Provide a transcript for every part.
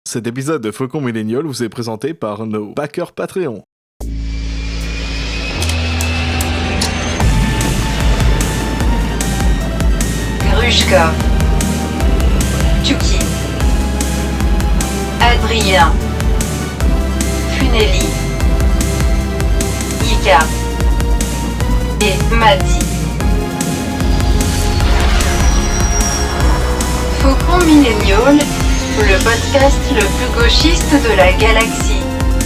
Cet épisode de Faucon Millennial vous est présenté par nos backers Patreon. Grushka, Tuki, Adrien, Funeli, Ika et Madi. Faucon Millennial, le podcast le plus gauchiste de la galaxie.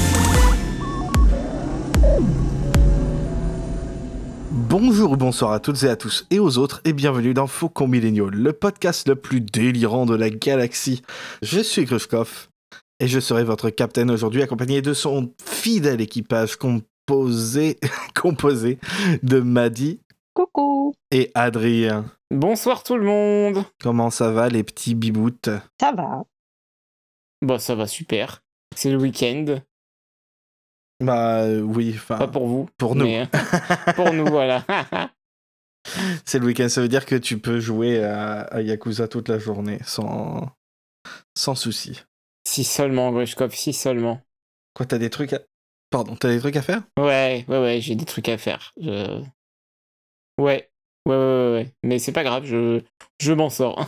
Bonjour ou bonsoir à toutes et à tous et aux autres et bienvenue dans Faucon Millennial, le podcast le plus délirant de la galaxie. Je suis Grushkov et je serai votre capitaine aujourd'hui accompagné de son fidèle équipage composé de Madi. Coucou. Et Adrien. Bonsoir tout le monde. Comment ça va les petits biboutes? Ça va. Bon, ça va super. C'est le week-end. Bah oui, enfin... Pas pour vous. Pour nous. Mais, pour nous, voilà. C'est le week-end, ça veut dire que tu peux jouer à Yakuza toute la journée, sans souci. Si seulement, Grushkov, si seulement. Quoi, t'as des trucs à... Pardon, t'as des trucs à faire? Ouais, j'ai des trucs à faire. Ouais. Mais c'est pas grave, je m'en sors.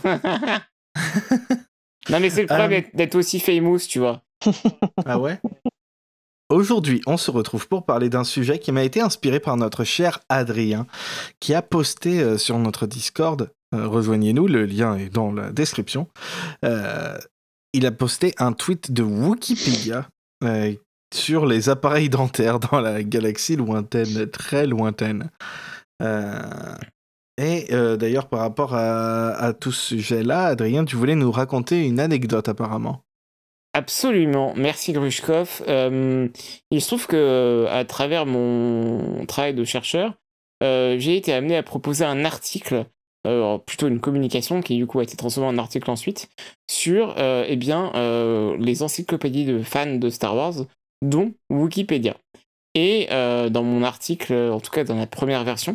Non, mais c'est le problème d'être aussi famous, tu vois. Ah ouais? Aujourd'hui, on se retrouve pour parler d'un sujet qui m'a été inspiré par notre cher Adrien, qui a posté sur notre Discord, rejoignez-nous, le lien est dans la description, il a posté un tweet de Wikipédia sur les appareils dentaires dans la galaxie lointaine, très lointaine. D'ailleurs, par rapport à tout ce sujet-là, Adrien, tu voulais nous raconter une anecdote apparemment. Absolument, merci Grushkov. Il se trouve que à travers mon travail de chercheur, j'ai été amené à proposer un article, plutôt une communication qui du coup a été transformée en article ensuite, sur les encyclopédies de fans de Star Wars, dont Wikipédia. Et dans mon article, en tout cas dans la première version,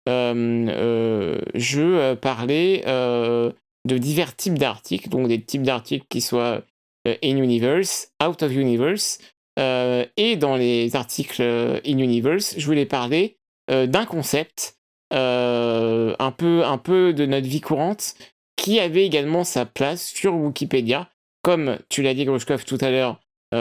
je parlais de divers types d'articles, donc des types d'articles qui soient in-universe, out-of-universe, et dans les articles in-universe, je voulais parler d'un concept un peu de notre vie courante qui avait également sa place sur Wikipédia, comme tu l'as dit Grushkov tout à l'heure,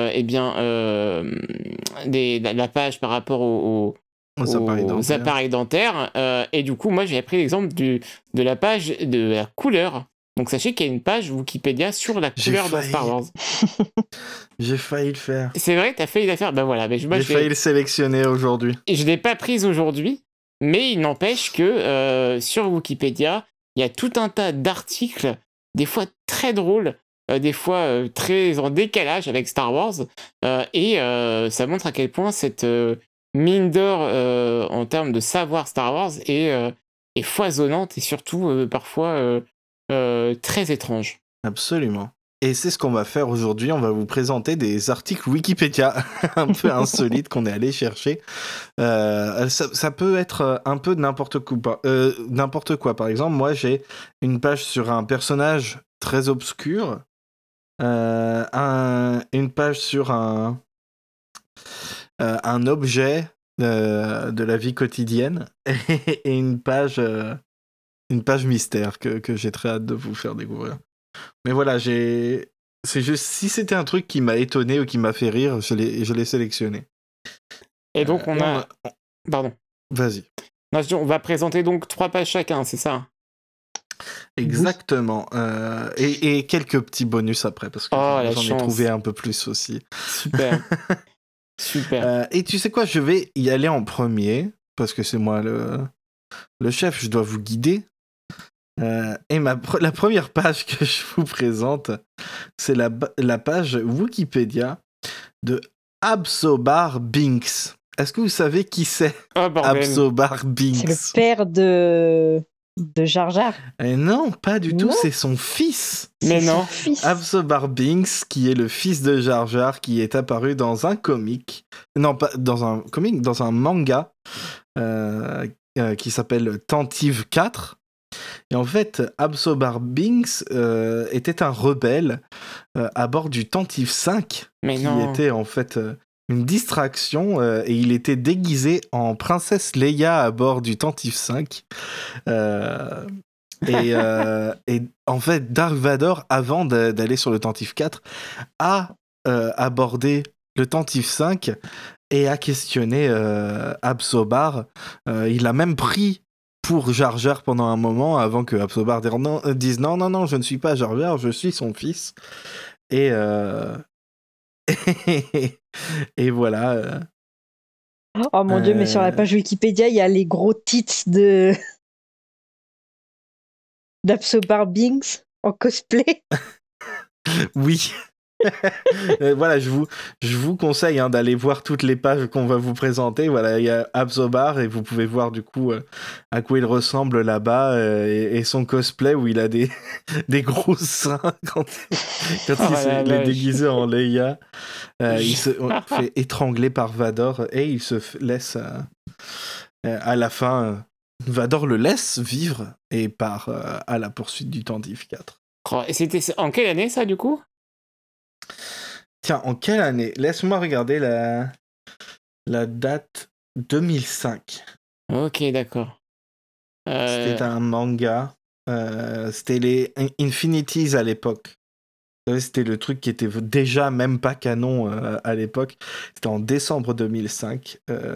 la page par rapport aux appareils dentaires. Et du coup, moi, j'ai pris l'exemple de la page de la couleur. Donc, sachez qu'il y a une page Wikipédia sur la couleur dans Star Wars. J'ai failli le faire. C'est vrai, t'as failli la faire? Ben voilà. J'ai failli le sélectionner aujourd'hui. Et je ne l'ai pas prise aujourd'hui, mais il n'empêche que sur Wikipédia, il y a tout un tas d'articles, des fois très drôles, des fois très en décalage avec Star Wars, et ça montre à quel point cette mine d'or en termes de savoir Star Wars est foisonnante et surtout parfois très étrange. Absolument. Et c'est ce qu'on va faire aujourd'hui, on va vous présenter des articles Wikipédia un peu insolites qu'on est allé chercher. Ça peut être un peu n'importe quoi. Par exemple, moi j'ai une page sur un personnage très obscur, une page sur un objet de la vie quotidienne et une page mystère que j'ai très hâte de vous faire découvrir. Mais voilà, c'est juste, si c'était un truc qui m'a étonné ou qui m'a fait rire, je l'ai sélectionné. Et donc Pardon. Vas-y. Non, on va présenter donc 3 pages chacun, c'est ça? Exactement. Et quelques petits bonus après, parce que j'en ai trouvé un peu plus aussi. Super. Super. Et tu sais quoi, je vais y aller en premier, parce que c'est moi le chef, je dois vous guider. Et la première page que je vous présente, c'est la page Wikipédia de Absobar Binks. Est-ce que vous savez qui c'est? Absobar Binks. C'est le père de Jar Jar. Et non, pas du tout, c'est son fils. Mais non. Absobar Binks, qui est le fils de Jar Jar, qui est apparu dans un comic. Non, pas dans un comic, dans un manga qui s'appelle Tantive 4. Et en fait, Absolbar Binks était un rebelle à bord du Tantive 5, Mais qui non. était en fait une distraction, et il était déguisé en princesse Leia à bord du Tantive 5. Euh, et en fait, Dark Vador, avant d'aller sur le Tantive 4, a abordé le Tantive 5 et a questionné Absolbar. Il a même pris pour Jar Jar pendant un moment avant que Absolbar dise non, non, non, je ne suis pas Jar Jar, je suis son fils. Et, et voilà. Oh mon dieu, mais sur la page Wikipédia, il y a les gros titres d'Absobar Binks en cosplay. Oui. Voilà, je vous conseille d'aller voir toutes les pages qu'on va vous présenter. Voilà, il y a Absolbar et vous pouvez voir du coup à quoi il ressemble là-bas, et son cosplay où il a des, des gros seins quand il est déguisé en Leia. Il se fait étrangler par Vador et il se laisse à la fin. Vador le laisse vivre et part à la poursuite du Tantive 4. Et c'était en quelle année ça du coup? Tiens, en quelle année? Laisse-moi regarder la date 2005. Ok, d'accord. C'était un manga. C'était les Infinities à l'époque. Vous savez, c'était le truc qui était déjà même pas canon à l'époque. C'était en décembre 2005.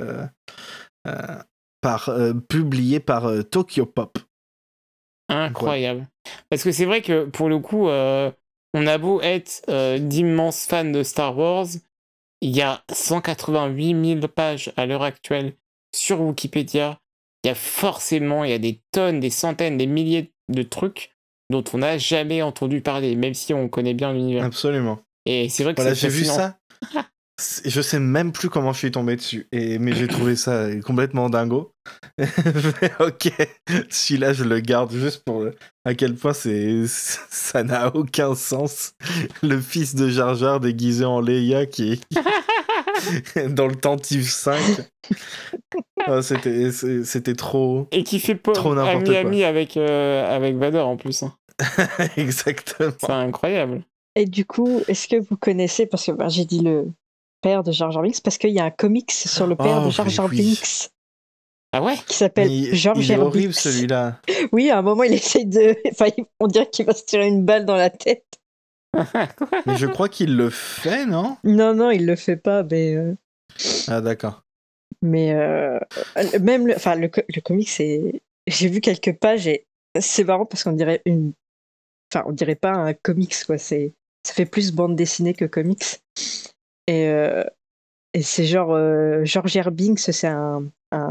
Publié par Tokyo Pop. Incroyable. Voilà. Parce que c'est vrai que pour le coup, on a beau être d'immenses fans de Star Wars, il y a 188 000 pages à l'heure actuelle sur Wikipédia. Il y a des tonnes, des centaines, des milliers de trucs dont on n'a jamais entendu parler, même si on connaît bien l'univers. Absolument. Et c'est vrai que voilà, c'est j'ai fascinant. vu ça. Je sais même plus comment je suis tombé dessus, mais j'ai trouvé ça complètement dingo. Ok, celui-là je le garde juste pour à quel point ça n'a aucun sens. Le fils de Jar Jar déguisé en Leia qui est dans le Tantive 5. Oh, c'était trop. Et qui fait trop n'importe ami avec Vador en plus. Hein. Exactement. C'est incroyable. Et du coup, est-ce que vous connaissez, parce que j'ai dit le père de Jar Jar Binks, parce qu'il y a un comics sur le père de Jar Jar Binks. Ah ouais? Qui s'appelle George Il est horrible celui-là. Oui, à un moment il essaye de. Enfin, on dirait qu'il va se tirer une balle dans la tête. Mais je crois qu'il le fait, non? Non, il le fait pas, mais. Ah d'accord. Mais même le comic, c'est. J'ai vu quelques pages et c'est marrant parce qu'on dirait une. Enfin, on dirait pas un comics, quoi. Ça fait plus bande dessinée que comics. Et c'est genre George R. Binks, c'est un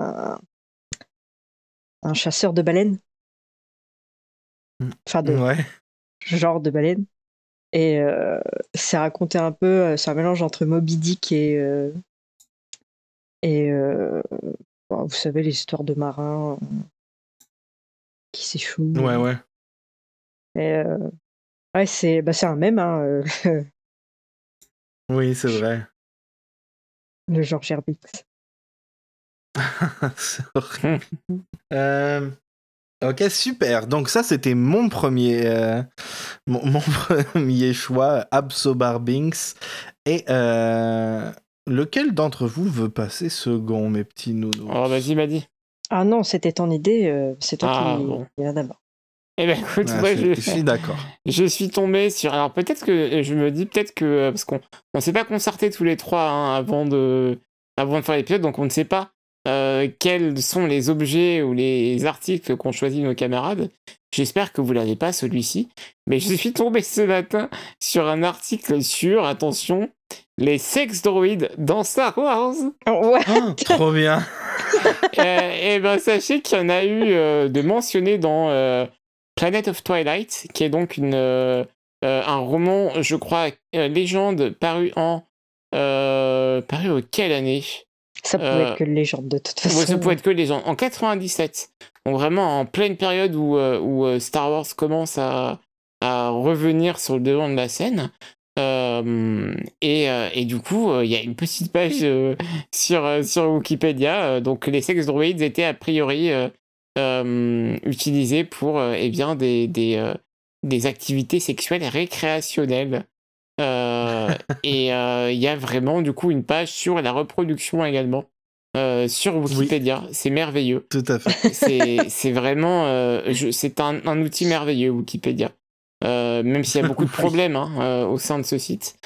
chasseur de baleines. Enfin, ouais. genre de baleines. Et c'est raconté un peu, c'est un mélange entre Moby Dick et vous savez, les histoires de marins qui s'échouent. Ouais. Et ouais, c'est un mème, hein, oui, c'est vrai. le George R. Binks. C'est horrible. Ok, super. Donc ça, c'était mon premier, mon premier choix, Absolbar Binks. Et lequel d'entre vous veut passer second, mes petits nounous? Oh, vas-y, m'a dit. Ah non, c'était ton idée, c'est toi qui bon. a d'abord. Eh ben écoute, moi je suis d'accord. Je suis tombé sur. Alors peut-être que je me dis que parce qu'on s'est pas concerté tous les trois hein, avant de faire l'épisode, donc on ne sait pas quels sont les objets ou les articles qu'ont choisi nos camarades. J'espère que vous l'avez pas celui-ci, mais je suis tombé ce matin sur un article sur, attention, les sex droïdes dans Star Wars. Ouais. Oh, trop bien. Et ben sachez qu'il y en a eu de mentionnés dans Planet of Twilight, qui est donc un roman, je crois, légende, paru en quelle année? Ça pouvait être que légende de toute façon. Ouais, ça pouvait être que légende. En 97. Donc vraiment en pleine période où Star Wars commence à revenir sur le devant de la scène. Et du coup, il y a une petite page sur Wikipédia. Donc les sex droids étaient a priori utilisés pour eh bien, des activités sexuelles récréationnelles. Et il y a vraiment du coup une page sur la reproduction également sur Oui, Wikipédia. C'est merveilleux. tout à fait. C'est vraiment c'est un outil merveilleux Wikipédia. Même s'il y a beaucoup de Oui. problèmes au sein de ce site.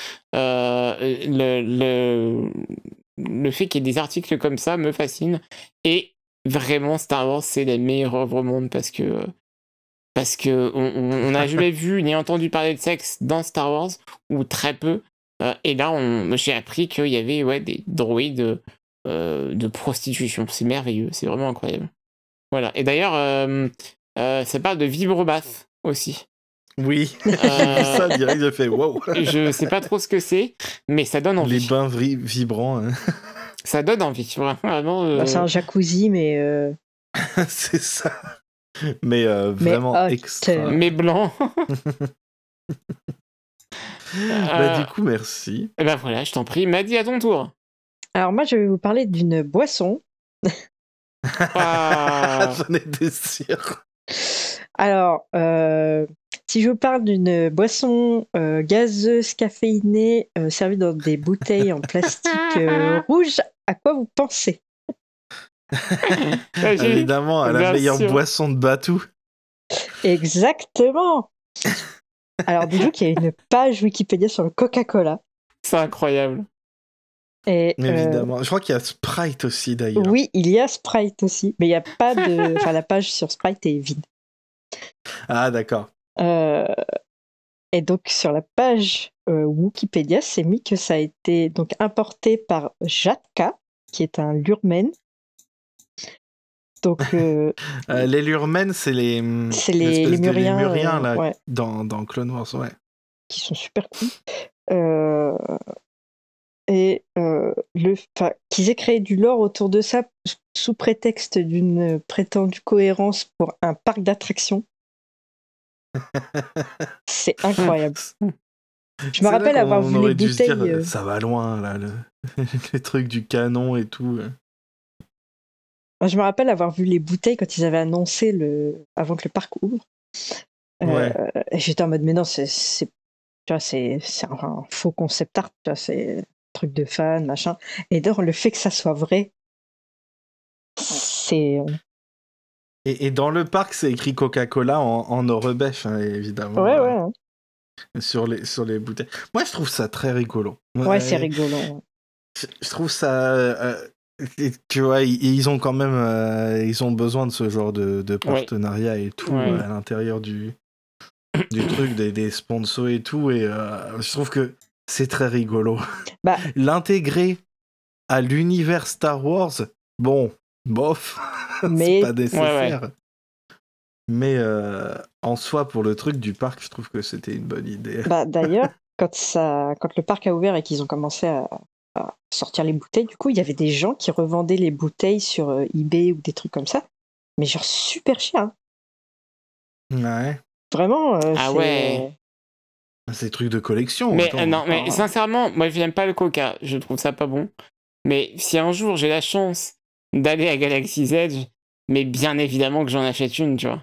Le fait qu'il y ait des articles comme ça me fascine. Et vraiment, Star Wars, c'est la meilleure œuvre au monde parce que on n'a jamais vu ni entendu parler de sexe dans Star Wars, ou très peu. Et là, j'ai appris qu'il y avait des droïdes de prostitution. C'est merveilleux, c'est vraiment incroyable. Voilà. Et d'ailleurs, ça parle de vibrobath aussi. Oui, j'ai vu ça direct, j'ai fait wow. Je sais pas trop ce que c'est, mais ça donne envie. Les bains vibrants, hein. Ça donne envie, vraiment. C'est un jacuzzi, mais C'est ça. Mais vraiment hot. extra. Mais blanc. Bah, du coup, merci. Et ben voilà, je t'en prie. Maddy, à ton tour. Alors moi, je vais vous parler d'une boisson. Ah. J'en étais sûr. Alors, si je vous parle d'une boisson gazeuse caféinée servie dans des bouteilles en plastique rouge, à quoi vous pensez? Évidemment, à la Bien meilleure sûr. boisson de Batou. Exactement. Alors, dis-vous qu'il y a une page Wikipédia sur le Coca-Cola. C'est incroyable. Et, Évidemment. Je crois qu'il y a Sprite aussi, d'ailleurs. oui, il y a Sprite aussi, mais il n'y a pas de... Enfin, la page sur Sprite est vide. Ah, d'accord. Et donc, sur la page Wikipédia, c'est mis que ça a été donc importé par Jatka, qui est un lurmen. Donc, Les Lurmen, c'est les les Lémuriens, Lémuriens, là, ouais, dans Clone Wars, ouais. qui sont super cool. Et qu'ils aient créé du lore autour de ça sous prétexte d'une prétendue cohérence pour un parc d'attractions. C'est incroyable. Je me rappelle avoir vu les bouteilles. Dire, ça va loin, là, les trucs du canon et tout. Je me rappelle avoir vu les bouteilles quand ils avaient annoncé avant que le parc ouvre. Ouais. Et j'étais en mode, mais non, c'est un faux concept art, tu vois, c'est un truc de fan, machin. Et d'ailleurs, le fait que ça soit vrai, c'est. Et dans le parc, c'est écrit Coca-Cola en orebèche, hein, évidemment. Ouais, ouais. Hein. Sur les bouteilles. Moi, je trouve ça très rigolo. Ouais, c'est rigolo. Je trouve ça... tu vois, ils ont quand même... ils ont besoin de ce genre de partenariat et tout à l'intérieur du truc, des sponsors et tout. Et je trouve que c'est très rigolo. Bah, l'intégrer à l'univers Star Wars, bon, bof, mais... c'est pas nécessaire. Mais en soi, pour le truc du parc, je trouve que c'était une bonne idée. Bah, d'ailleurs, quand le parc a ouvert et qu'ils ont commencé à sortir les bouteilles, du coup, il y avait des gens qui revendaient les bouteilles sur eBay ou des trucs comme ça, mais genre super cher. Hein. Ouais. Vraiment, ah ouais. C'est des trucs de collection. Mais non, mais sincèrement, moi, je n'aime pas le Coca. Je trouve ça pas bon. Mais si un jour j'ai la chance d'aller à Galaxy's Edge, mais bien évidemment que j'en achète une, tu vois.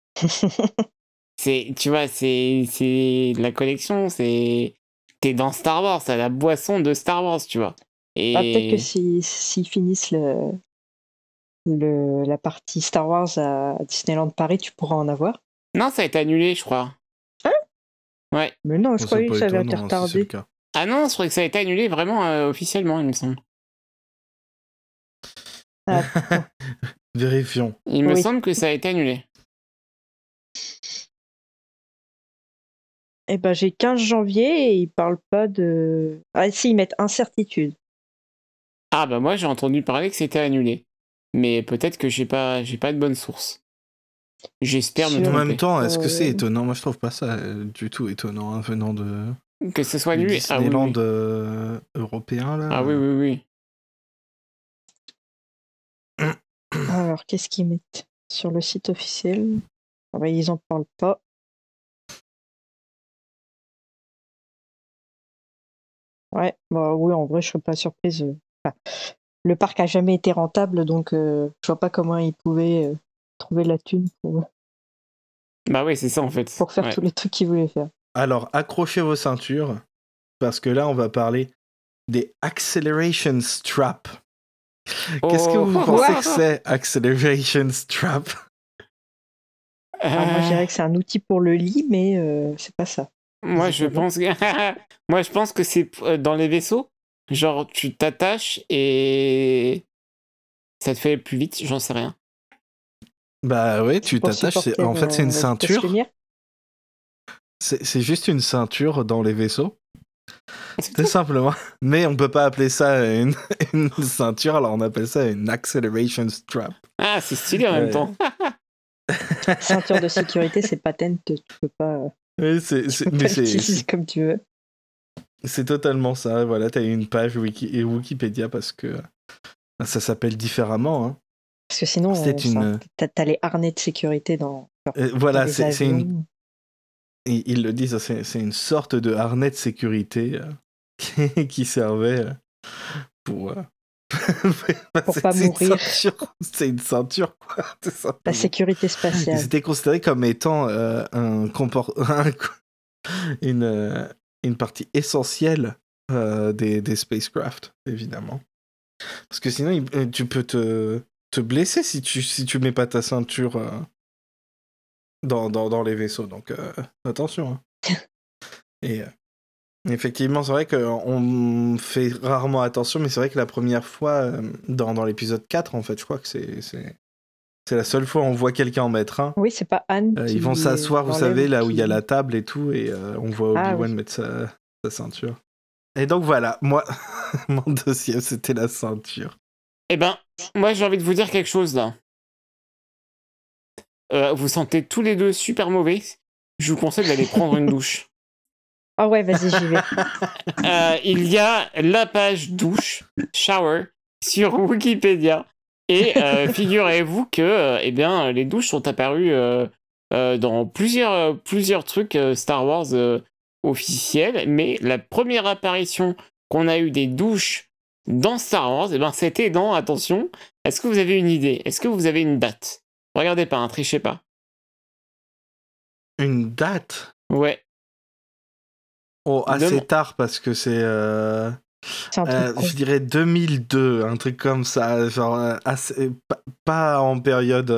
Tu vois, c'est la collection, t'es dans Star Wars, c'est la boisson de Star Wars, tu vois. Et peut-être que s'ils finissent la partie Star Wars à Disneyland Paris, tu pourras en avoir. Non, ça a été annulé, je crois. Hein? Ouais. Mais non, je croyais que ça avait été retardé. Ah non, je croyais que ça a été annulé vraiment officiellement, il me semble. Ah. Vérifions. Il me semble que ça a été annulé. Eh ben, j'ai 15 janvier et ils parlent pas de... Ah si, ils mettent incertitude. Ah bah moi j'ai entendu parler que c'était annulé. Mais peut-être que j'ai pas de bonne source. J'espère me tromper. En même temps, est-ce que c'est étonnant? Moi je trouve pas ça du tout étonnant hein, venant de... Que ce soit annulé. Disneyland européen là. Ah oui, oui, oui. Alors, qu'est-ce qu'ils mettent sur le site officiel? Ah bah, ils en parlent pas. Ouais, bah oui, en vrai, je serais pas surprise. Enfin, le parc a jamais été rentable, donc je vois pas comment ils pouvaient trouver la thune Bah oui, c'est ça en fait. pour faire Ouais. tous les trucs qu'il voulait faire. Alors, accrochez vos ceintures, parce que là, on va parler des Acceleration Strap. Qu'est-ce que vous pensez que c'est, Acceleration Strap? Alors moi, je dirais que c'est un outil pour le lit, mais c'est pas ça. Moi, je pense que c'est dans les vaisseaux. Genre, tu t'attaches et ça te fait plus vite, j'en sais rien. Bah ouais, C'est tu pour t'attaches. supporter En fait, c'est une la vitesse ceinture. lumière. C'est juste une ceinture dans les vaisseaux, C'est tout tout. simplement. Mais on peut pas appeler ça une ceinture, alors on appelle ça une Acceleration Strap. Ah, c'est stylé en même Ouais. temps. Ceinture de sécurité, c'est patent, tu peux pas Oui, mais l'utiliser comme tu veux. c'est totalement ça. Voilà, t'as une page Wikipédia parce que ça s'appelle différemment. Hein. Parce que sinon, C'est une. t'as les harnais de sécurité dans Voilà, les c'est avions. une. Ils le disent, c'est une sorte de harnais de sécurité qui servait pour. Pour pas mourir. C'est une ceinture, quoi. tout simplement. La sécurité Et spatiale. c'était considéré comme étant une partie essentielle des spacecraft, évidemment. Parce que sinon, tu peux te blesser si tu mets pas ta ceinture dans les vaisseaux. Donc, attention. Hein. Et effectivement, c'est vrai qu'on fait rarement attention, mais c'est vrai que la première fois, dans l'épisode 4, en fait, je crois que c'est la seule fois où on voit quelqu'un en mettre un. Oui, c'est pas Anne qui Ils vont s'asseoir, vous l'enlève savez, là ou où il y a qui- la table et tout, et on voit Ah, Obi-Wan oui. mettre sa ceinture. Et donc voilà, moi, mon deuxième, c'était la ceinture. Eh ben, moi j'ai envie de vous dire quelque chose là. Vous sentez tous les deux super mauvais. Je vous conseille d'aller prendre une douche. Ah ouais, vas-y, j'y vais. Il y a la page douche, shower, sur Wikipédia. Et figurez-vous que eh bien, les douches sont apparues dans plusieurs trucs Star Wars officiels. Mais la première apparition qu'on a eue des douches dans Star Wars, eh ben, c'était dans, attention, est-ce que vous avez une idée? Est-ce que vous avez une date? Regardez pas, hein, trichez pas. Une date? Ouais. Oh, assez Demain. tard, parce que c'est... C'est un truc con. je dirais 2002, un truc comme ça, genre pas en période...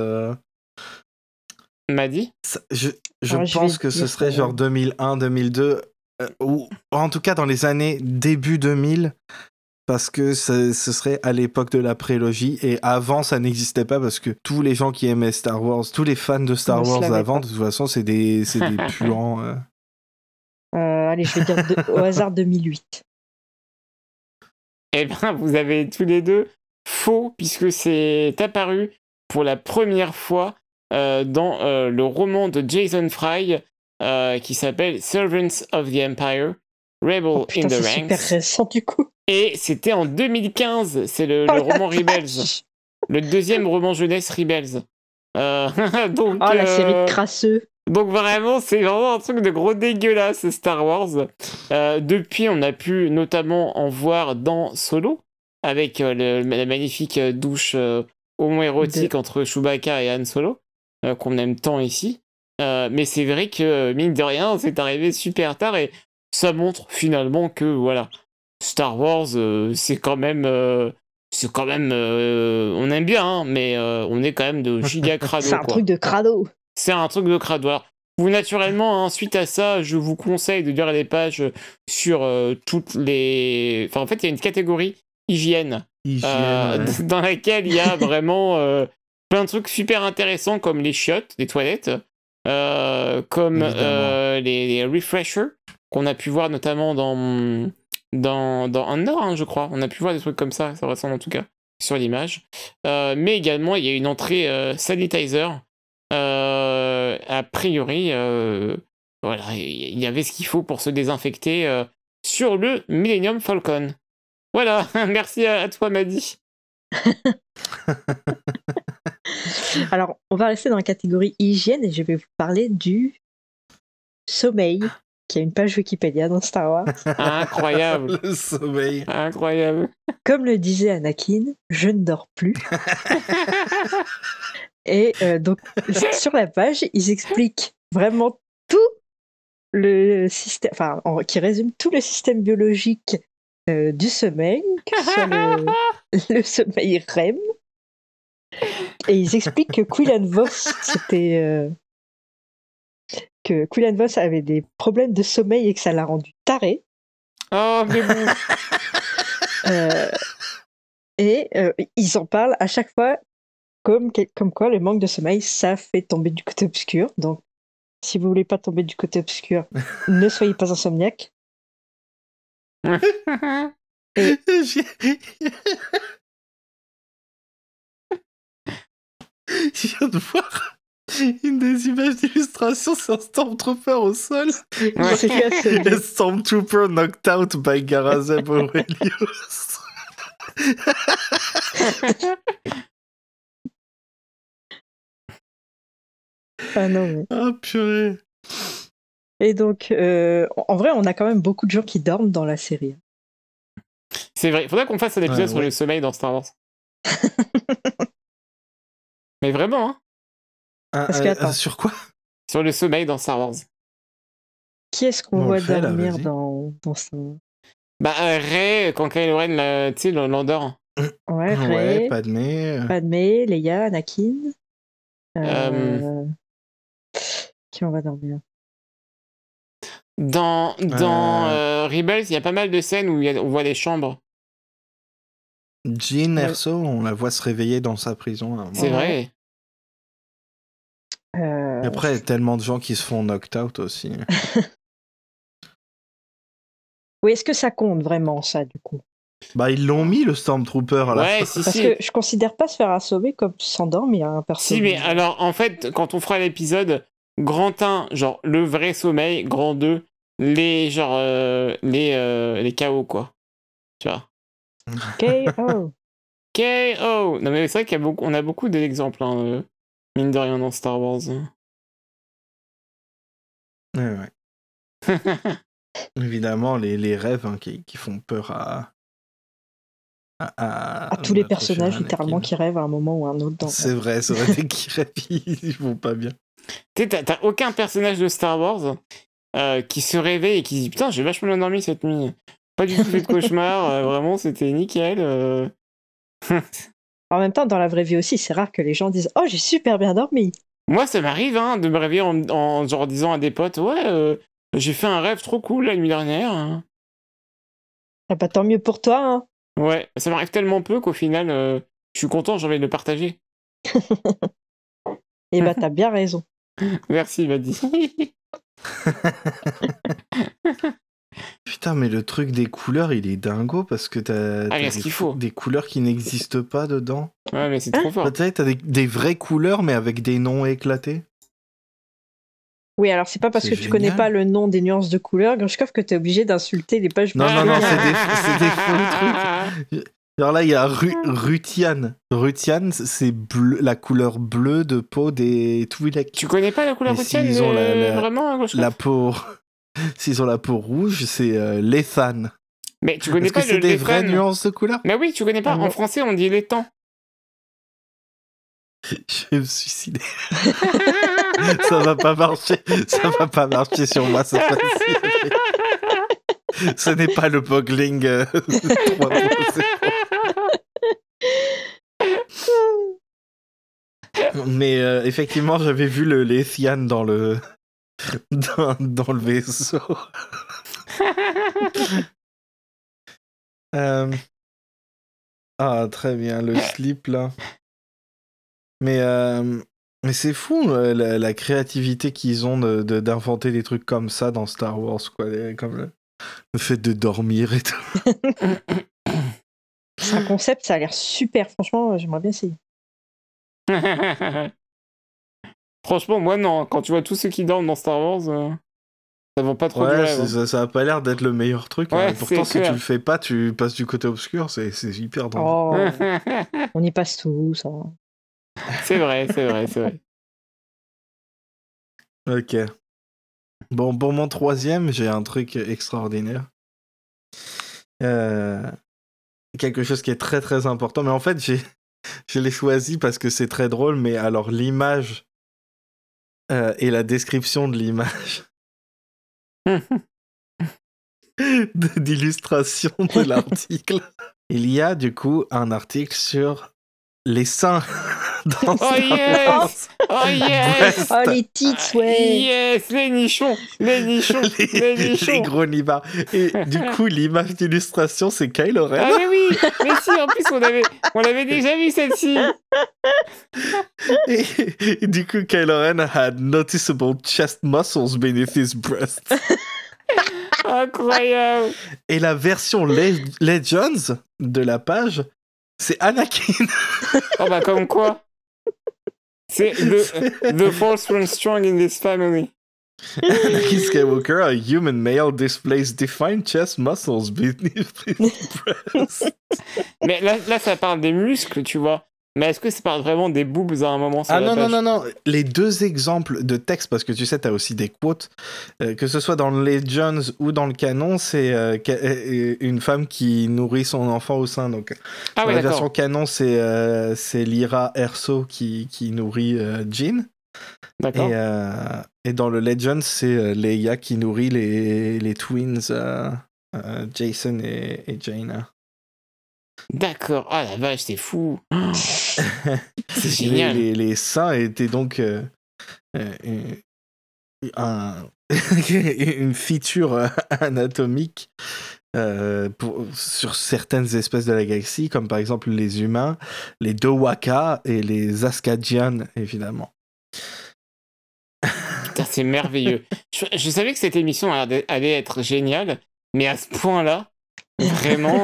M'a dit? Je Ouais, je pense vais que ce dire, serait genre 2001, 2002, ou en tout cas dans les années début 2000, parce que ce serait à l'époque de la prélogie, et avant ça n'existait pas, parce que tous les gens qui aimaient Star Wars, tous les fans de Star Ne se Wars lavaient avant, pas. de toute façon c'est des puants. Allez, je vais dire au hasard 2008. Eh bien, vous avez tous les deux faux, puisque c'est apparu pour la première fois dans le roman de Jason Fry qui s'appelle Servants of the Empire, Rebel Oh in putain, the c'est super Ranks. récent du coup. Et c'était en 2015, c'est le Oh la roman Rebels, vache. le deuxième roman jeunesse Rebels. Donc, Oh, la série de crasseux. donc vraiment, c'est vraiment un truc de gros dégueulasse, Star Wars. Depuis, on a pu notamment en voir dans Solo, avec la magnifique douche homo-érotique entre Chewbacca et Han Solo, qu'on aime tant ici. Mais c'est vrai que, mine de rien, c'est arrivé super tard, et ça montre finalement que, voilà, Star Wars, c'est quand même... on aime bien, hein, mais on est quand même de giga crado, C'est un quoi. truc de crado. C'est un truc de crado. Alors, vous, naturellement, hein, suite à ça, je vous conseille de lire les pages sur toutes les... Enfin, en fait, il y a une catégorie hygiène, Hygiène, ouais. dans laquelle il y a vraiment plein de trucs super intéressants, comme les chiottes des toilettes, comme les refreshers, qu'on a pu voir notamment dans Andor, hein, je crois. On a pu voir des trucs comme ça ressemble en tout cas, sur l'image. Mais également, il y a une entrée sanitizer. A priori, voilà, il y avait ce qu'il faut pour se désinfecter sur le Millennium Falcon. Voilà, merci à toi, Maddy. Alors, on va rester dans la catégorie hygiène et je vais vous parler du sommeil, qui a une page Wikipédia dans Star Wars. Incroyable. Le sommeil. Incroyable. Comme le disait Anakin, je ne dors plus. Et donc, sur la page, ils expliquent vraiment tout le système, enfin, qui résume tout le système biologique du sommeil, que ce soit le sommeil REM. Et ils expliquent que Quillan Voss, que Quillan Voss avait des problèmes de sommeil et que ça l'a rendu taré. Oh, mais bon. Et ils en parlent à chaque fois comme quoi le manque de sommeil, ça fait tomber du côté obscur. Donc, si vous voulez pas tomber du côté obscur, ne soyez pas insomniaque. Et Je viens de voir une des images d'illustration, c'est un Stormtrooper au sol. Ouais. c'est lui assommé. A Stormtrooper knocked out by Garazeb Aurelius. Ah non, mais... Ah purée. Et donc, en vrai, on a quand même beaucoup de gens qui dorment dans la série. C'est vrai, il faudrait qu'on fasse un épisode Ouais, sur ouais. le sommeil dans Star Wars. Mais vraiment, hein. Parce que, attends. Sur quoi? Sur le sommeil dans Star Wars. Qui est-ce qu'on On voit le fait, là, dormir vas-y. dans ça? Bah, Rey, quand Kylo Ren, tu sais, l'endort. Ouais, Ouais, Rey, Padmé. Padmé, Leia, Anakin. Qui on va dormir? Dans Rebels, il y a pas mal de scènes où on voit les chambres. Jean Erso, on la voit se réveiller dans sa prison. À un moment. C'est vrai. Et après, il y a tellement de gens qui se font knocked out aussi. Oui, est-ce que ça compte vraiment, ça, du coup? Bah, ils l'ont mis, le Stormtrooper, à la Ouais, fin. si, Parce si. que je considère pas se faire assommer comme s'endormir, hein, perso. Si, mais alors, en fait, quand on fera l'épisode, grand 1, genre, le vrai sommeil, grand 2, les KO, quoi. Tu vois. KO. KO. Non, mais c'est vrai qu'on a beaucoup d'exemples, hein, mine de rien, dans Star Wars. Ouais. Évidemment, les rêves hein, qui font peur à tous les notre personnages, cher littéralement, Anakin. qui rêvent à un moment ou à un autre. C'est vrai, dès qu'ils rêvent, ils vont pas bien. Tu sais, t'as aucun personnage de Star Wars qui se réveille et qui se dit putain, j'ai vachement bien dormi cette nuit. Pas du tout fait de cauchemar, vraiment, c'était nickel. En même temps, dans la vraie vie aussi, c'est rare que les gens disent « Oh, j'ai super bien dormi !» Moi, ça m'arrive hein, de me réveiller en genre disant à des potes ouais, j'ai fait un rêve trop cool la nuit dernière. Hein. Ah bah tant mieux pour toi, hein. Ouais, ça m'arrive tellement peu qu'au final, je suis content, j'ai envie de le partager. Et bah t'as bien raison. Merci, Vadis. Putain, mais le truc des couleurs, il est dingo parce que t'as il y a ce qu'il faut. des couleurs qui n'existent pas dedans. Ouais, mais c'est trop fort. T'as des vraies couleurs, mais avec des noms éclatés. Oui, alors c'est pas parce C'est que tu génial. connais pas le nom des nuances de couleurs, Grushkov, que t'es obligé d'insulter les pages. Non, c'est des faux trucs. Alors là, il y a Rutian. Rutian, c'est la couleur bleue de peau des Twi'lek. Tu connais pas la couleur Mais Rutian, s'ils ont vraiment, Grushkov la peau... S'ils ont la peau rouge, c'est Lethan. Mais tu connais Est-ce pas que c'est des vraies Lethan nuances de couleurs? Mais oui, tu connais pas. Ah, En non. français, on dit l'étang. Je vais me suicider. Ça va pas marcher. Ça va pas marcher sur moi cette fois-ci. Ce n'est pas le Bogling 3.0. Mais effectivement, j'avais vu le Lethian dans le dans le vaisseau. Ah, très bien, le slip là. Mais c'est fou la créativité qu'ils ont d'inventer des trucs comme ça dans Star Wars, quoi. Comme le fait de dormir et tout. C'est un concept, ça a l'air super. Franchement, j'aimerais bien essayer. Franchement, moi non. Quand tu vois tous ceux qui dorment dans Star Wars, ça vend pas trop du Ouais, rêve. Hein. ça a pas l'air d'être le meilleur truc. Ouais, hein. Pourtant, c'est si tu clair. le fais pas, tu passes du côté obscur, c'est hyper dangereux. Oh, on y passe tous. Hein. C'est vrai, c'est vrai, c'est vrai. Ok. Bon, pour mon troisième, j'ai un truc extraordinaire. Quelque chose qui est très très important. Mais en fait, Je l'ai choisi parce que c'est très drôle, mais alors l'image et la description de l'image d'illustration de l'article. Il y a du coup un article sur les seins dans Oh Star yes! Wars. Oh yes! Oh, les tits, ouais. Yes! Les nichons! Les nichons! Les les nichons! gros nibards. Et du coup, l'image d'illustration, c'est Kylo Ren. Ah mais oui! Mais si, en plus, on l'avait déjà vu celle-ci! Et du coup, Kylo Ren had noticeable chest muscles beneath his breasts. Incroyable! Et la version Legends de la page, c'est Anakin. Oh bah comme quoi? C'est the force runs strong in this family. Anakin Skywalker, a human male, displays defined chest muscles beneath his breasts. Mais là, ça parle des muscles, tu vois. Mais est-ce que ça parle vraiment des boobs à un moment sur Ah la page? non. Les deux exemples de texte, parce que tu sais, t'as aussi des quotes, que ce soit dans le Legends ou dans le canon, c'est une femme qui nourrit son enfant au sein. Donc, Ah dans ouais, la d'accord. version canon, c'est Lyra Erso qui nourrit Jin. D'accord. Et dans le Legends, c'est Leia qui nourrit les twins Jason et Jaina. D'accord. Ah la vache, c'est fou. C'est génial. Les seins étaient donc une feature anatomique sur certaines espèces de la galaxie, comme par exemple les humains, les Dowaka et les Askadian, évidemment. Putain, c'est merveilleux. Je savais que cette émission allait être géniale, mais à ce point-là, vraiment,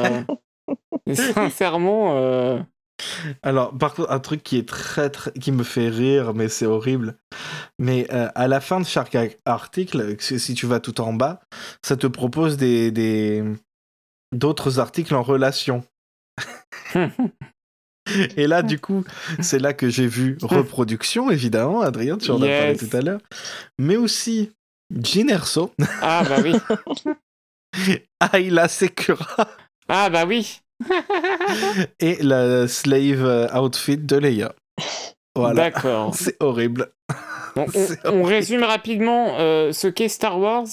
sincèrement... Alors, par contre, un truc qui est qui me fait rire, mais c'est horrible. Mais à la fin de chaque article, si tu vas tout en bas, ça te propose d'autres articles en relation. Et là, du coup, c'est là que j'ai vu reproduction, évidemment, Adrien, tu en as parlé tout à l'heure. Mais aussi Jyn Erso, Ah bah oui. Ayla Secura Ah bah oui. et la slave outfit de Leia. Voilà. D'accord. C'est horrible. Bon, C'est on résume rapidement ce qu'est Star Wars.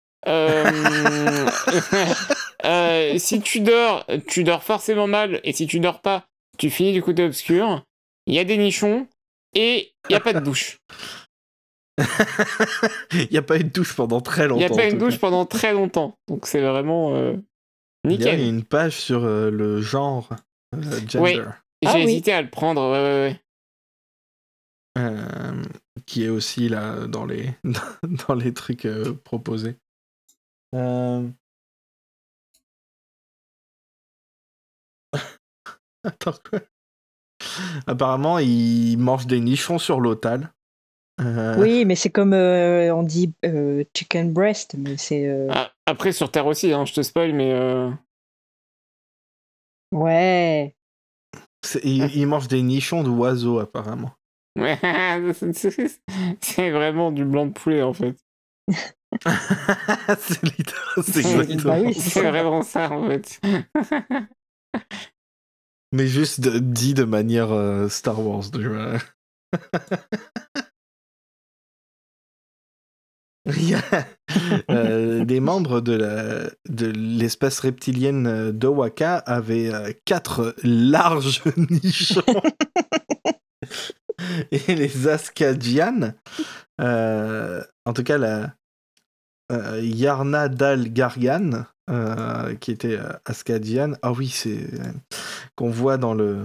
Si tu dors forcément mal, et si tu dors pas, tu finis du côté obscur. Il y a des nichons et il n'y a pas de douche. Il n'y a pas eu de douche pendant très Il longtemps. n'y a pas en une tout douche cas. pendant très longtemps. Donc c'est vraiment Il y a nickel. une page sur le genre, gender, Ouais. J'ai Ah oui. hésité à le prendre. Ouais. qui est aussi là dans les, dans les trucs proposés. Attends, quoi? Apparemment, il mange des nichons sur l'autal. Oui, mais c'est comme on dit chicken breast, mais c'est. Ah, après sur Terre aussi, hein, je te spoil, mais Ouais. Il mange des nichons d'oiseaux, apparemment. ouais, c'est vraiment du blanc de poulet en fait. C'est exactement Bah oui, ça. C'est vraiment ça en fait. Mais juste dit de manière Star Wars. Il y a des membres de l'espèce reptilienne d'Owaka avaient 4 larges nichons. Et les Askadian, en tout cas la Yarna Dal Gargan, qui était Askadian, ah oui, c'est qu'on voit dans le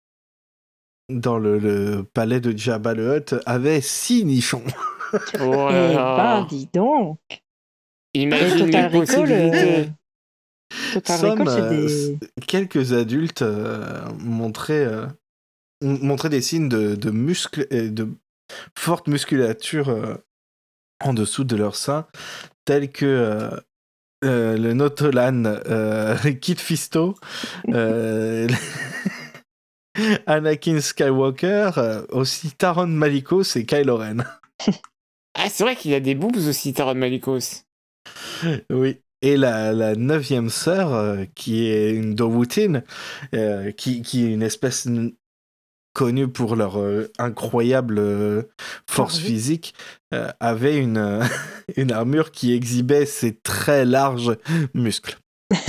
palais de Jabba le Hutt, avait 6 nichons. Oh Eh là ben, là. dis donc. Imagine les Total Recall, possibilités. Total Recall, c'est des. Quelques adultes montraient des signes de muscles et de forte musculature en dessous de leur sein, tels que le Notolan Kit Fisto, Anakin Skywalker, aussi Taron Malicos et Kylo Ren. Ah, c'est vrai qu'il a des boobs aussi, Taron Malicos. Oui. Et la 9e sœur, qui est une Dowutin, qui est une espèce connue pour leur incroyable force Armure. physique, avait une armure qui exhibait ses très larges muscles.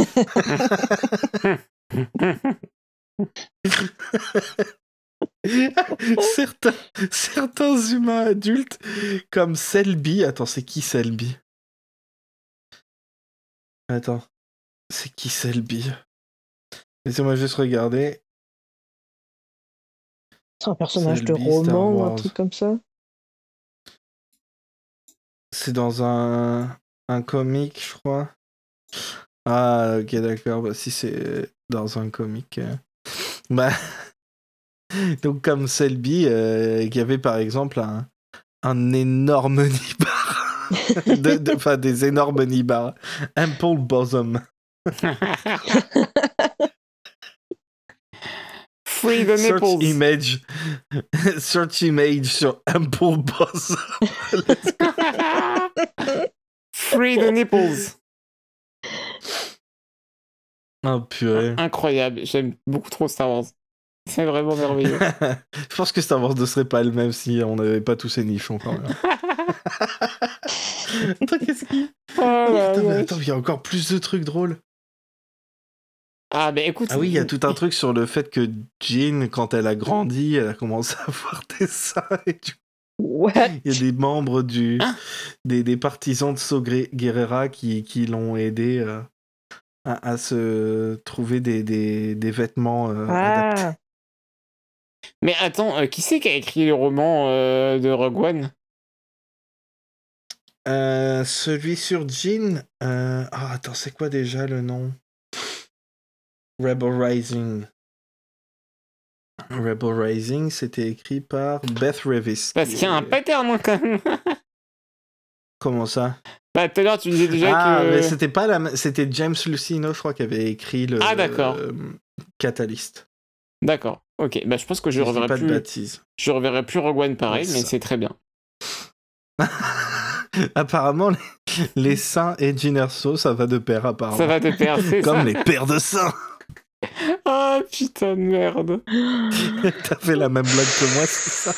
certains humains adultes, comme Selby. Attends, c'est qui Selby? Attends, c'est qui Selby? Laissez-moi juste regarder. C'est un personnage de Selby, Star roman ou un Wars. truc comme ça. C'est dans un comic, je crois. Ah, ok, d'accord. Bah, si c'est dans un comic. Bah, donc, comme Selby, qui avait par exemple un énorme nibar. Enfin, des énormes nibars. Ample bosom. Free the Search nipples. image. Search image sur Ample bosom. Let's go. Free the nipples. Oh, purée. Incroyable. J'aime beaucoup trop Star Wars. C'est vraiment merveilleux. Je pense que Star Wars ne serait pas le même si on n'avait pas tous ces nichons quand même. Attends, qu'est-ce qu'il y a? Oh là Attends, mais là. attends, il y a encore plus de trucs drôles. Ah, mais écoute. Ah oui, il y a tout un truc sur le fait que Jean, quand elle a grandi, elle a commencé à avoir des seins et du What? il y a des membres Hein? des partisans de Saw Gerrera qui l'ont aidé à se trouver des vêtements adaptés. Ah, Mais attends, qui c'est qui a écrit le roman de Rogue One? Celui sur Jean. Attends, c'est quoi déjà le nom? Rebel Rising. Rebel Rising, c'était écrit par Beth Revis. Parce qu'il y a un pattern hein, quand même. Comment ça? Bah, tout à l'heure, tu disais déjà mais que. c'était pas c'était James Lucino, je crois, qui avait écrit le d'accord. Catalyst. D'accord. Ok. Bah, je pense que Si je dis pas de bêtises. Je reverrai plus Rogue One pareil, Ouais, mais ça. c'est très bien. Apparemment, les seins et Jyn Erso, ça va de pair, apparemment. Ça va te perdre, c'est Comme ça. les paires de seins. Ah, putain de merde. T'as fait la même blague que moi, c'est ça?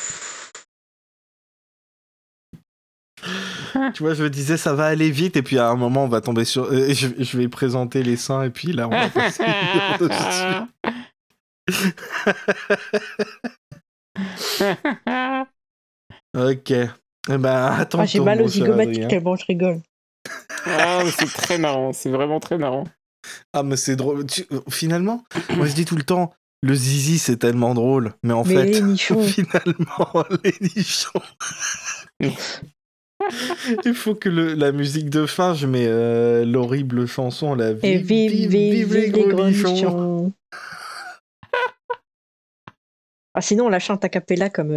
Tu vois, je me disais, ça va aller vite, et puis à un moment, on va tomber sur... je vais présenter les seins, et puis là, on va passer une heure dessus. Ok. Eh ben, attends. j'ai mal aux zygomatiques tellement je rigole. Ah, mais c'est très marrant, c'est vraiment très marrant. Ah, mais c'est drôle. Finalement, moi je dis tout le temps, le zizi c'est tellement drôle, mais en fait, les nichons. finalement, les nichons. Il faut que la musique de fin, je mets l'horrible chanson, la Et vive les gros nichons. Ah, sinon, on la chante a cappella comme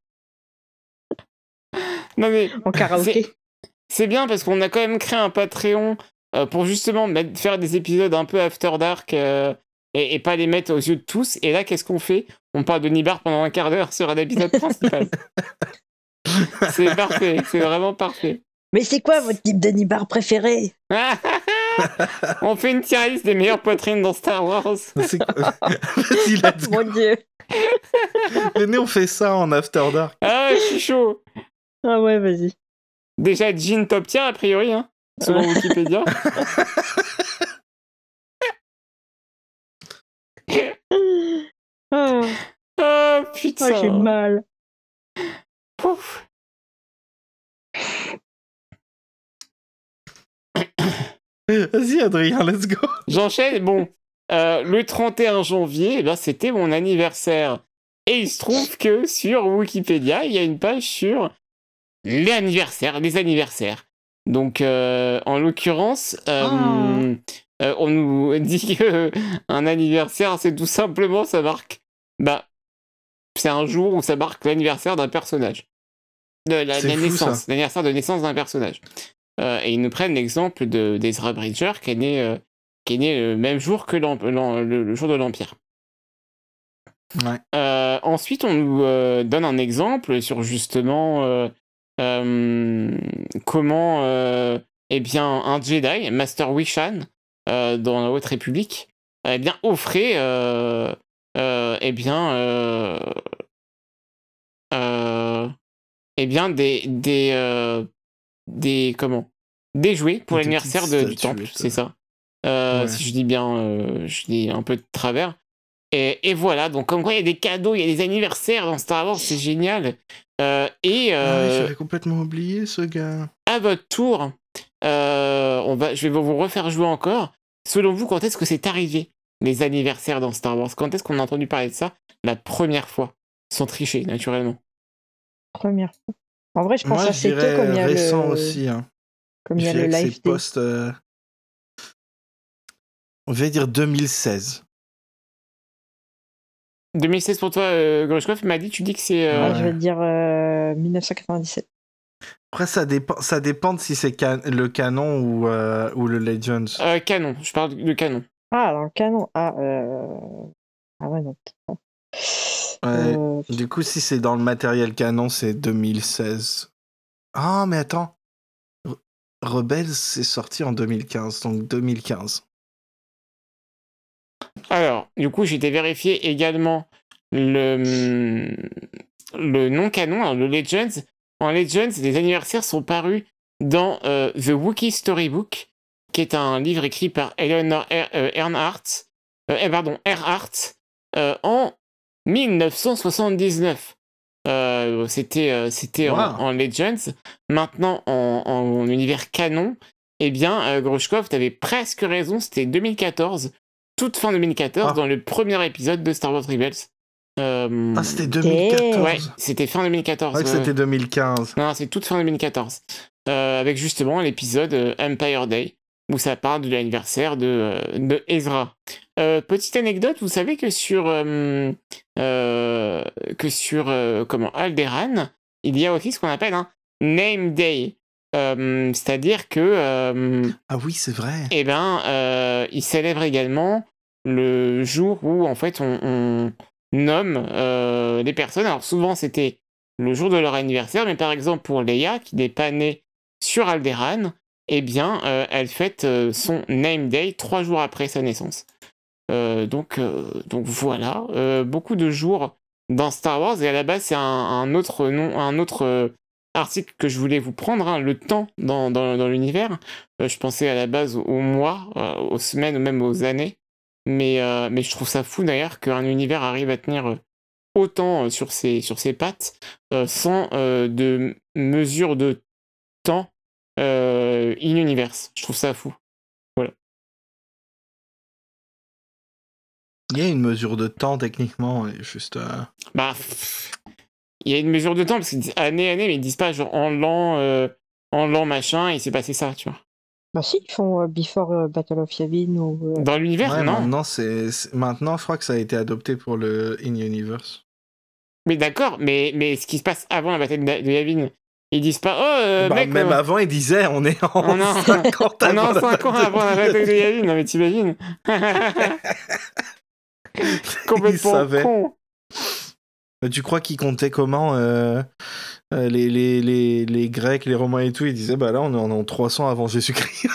Non, mais en karaoké. c'est bien parce qu'on a quand même créé un Patreon pour justement faire des épisodes un peu After Dark et pas les mettre aux yeux de tous. Et là, qu'est-ce qu'on fait? On parle de Nibar pendant un quart d'heure sur un épisode principal. C'est parfait, c'est vraiment parfait. Mais c'est quoi votre type de nibar préféré? On fait une tier list des meilleures poitrines dans Star Wars. C'est quoi? Vas-y, let's go. Mon Dieu. Venez, on fait ça en After Dark. Ah, je suis chaud. Ah ouais, vas-y. Déjà, Jean top tier, a priori, hein, selon Wikipédia. Oh, Oh, putain. j'ai mal. Pouf. Vas-y, Adrien, let's go. J'enchaîne. Bon, le 31 janvier, eh ben, c'était mon anniversaire. Et il se trouve que sur Wikipédia, il y a une page sur les anniversaires. Donc, en l'occurrence, on nous dit qu'un anniversaire, c'est tout simplement, ça marque... Bah, c'est un jour où ça marque l'anniversaire d'un personnage. La naissance, l'anniversaire de naissance d'un personnage. Et ils nous prennent l'exemple d'Ezra Bridger qui est né le même jour que le jour de l'Empire. Ouais. Ensuite, on nous donne un exemple sur justement comment eh bien, un Jedi, Master Wishan, dans la Haute République, eh bien, offrait eh bien, eh bien des jouets pour Des l'anniversaire petites du temple, statuettes. c'est ça. Ouais. Si je dis bien, je dis un peu de travers. Et voilà, donc comme quoi il y a des cadeaux, il y a des anniversaires dans Star Wars, c'est génial. Ah oui, j'avais complètement oublié ce gars. À votre tour, je vais vous refaire jouer encore. Selon vous, quand est-ce que c'est arrivé, les anniversaires dans Star Wars? Quand est-ce qu'on a entendu parler de ça la première fois? Sans tricher, naturellement. Première fois. En vrai, je pense Moi, je assez tôt, dirais comme il y a récent le, aussi. Hein. comme il y Je a le dirais que c'est live day. post... On va dire 2016. 2016 pour toi, Grushkov, m'a dit, tu dis que c'est... Ouais, je Ouais. vais te dire 1997. Après, ça dépend de si c'est le canon ou le Legends. canon, je parle de canon. Ah, alors le canon. Ah ouais, non. Ouais. Du coup, si c'est dans le matériel canon, c'est 2016. Ah, mais attends. Rebels, c'est sorti en 2015, donc 2015. Alors, du coup, j'ai été vérifier également le non-canon, alors le Legends. En Legends, les anniversaires sont parus dans The Wookiee Storybook, qui est un livre écrit par Eleanor Earhart, en 1979. C'était Wow. en Legends. Maintenant, en univers canon, eh bien, Grushkov, t'avais presque raison, c'était 2014. Toute fin 2014, dans le premier épisode de Star Wars Rebels. Ah, c'était 2014. Ouais, c'était fin 2014. Ouais, que c'était 2015. Non, c'est toute fin 2014. Avec justement l'épisode Empire Day, où ça parle de l'anniversaire de Ezra. Petite anecdote, vous savez que sur Alderaan, il y a aussi ce qu'on appelle un Name Day. C'est-à-dire que Ah oui, c'est vrai. eh ben, il célèbre également le jour où en fait on nomme les personnes. Alors souvent c'était le jour de leur anniversaire, mais par exemple pour Leia qui n'est pas née sur Alderaan, eh bien elle fête son name day 3 jours après sa naissance. Donc voilà, beaucoup de jours dans Star Wars, et à la base c'est un autre nom, un autre article que je voulais vous prendre, hein, le temps dans l'univers. Je pensais à la base aux mois, aux semaines ou même aux années, mais je trouve ça fou d'ailleurs qu'un univers arrive à tenir autant sur ses pattes sans de mesure de temps in-universe. Je trouve ça fou. Il y a une mesure de temps techniquement, et juste. Bah, il y a une mesure de temps parce qu'ils disent année, mais ils disent pas genre en l'an machin, il s'est passé ça, tu vois. Bah si, ils font Before Battle of Yavin ou... Dans l'univers, Ouais, non. maintenant, je crois que ça a été adopté pour le In-Universe. Mais d'accord, mais ce qui se passe avant la bataille de Yavin, ils disent pas mec. Même avant, ils disaient on est en 50 on est en 5 ans avant la bataille de Yavin, non mais t'imagines. Complètement con. Tu crois qu'ils comptaient comment les Grecs, les Romains et tout, ils disaient bah là on est en 300 avant Jésus-Christ.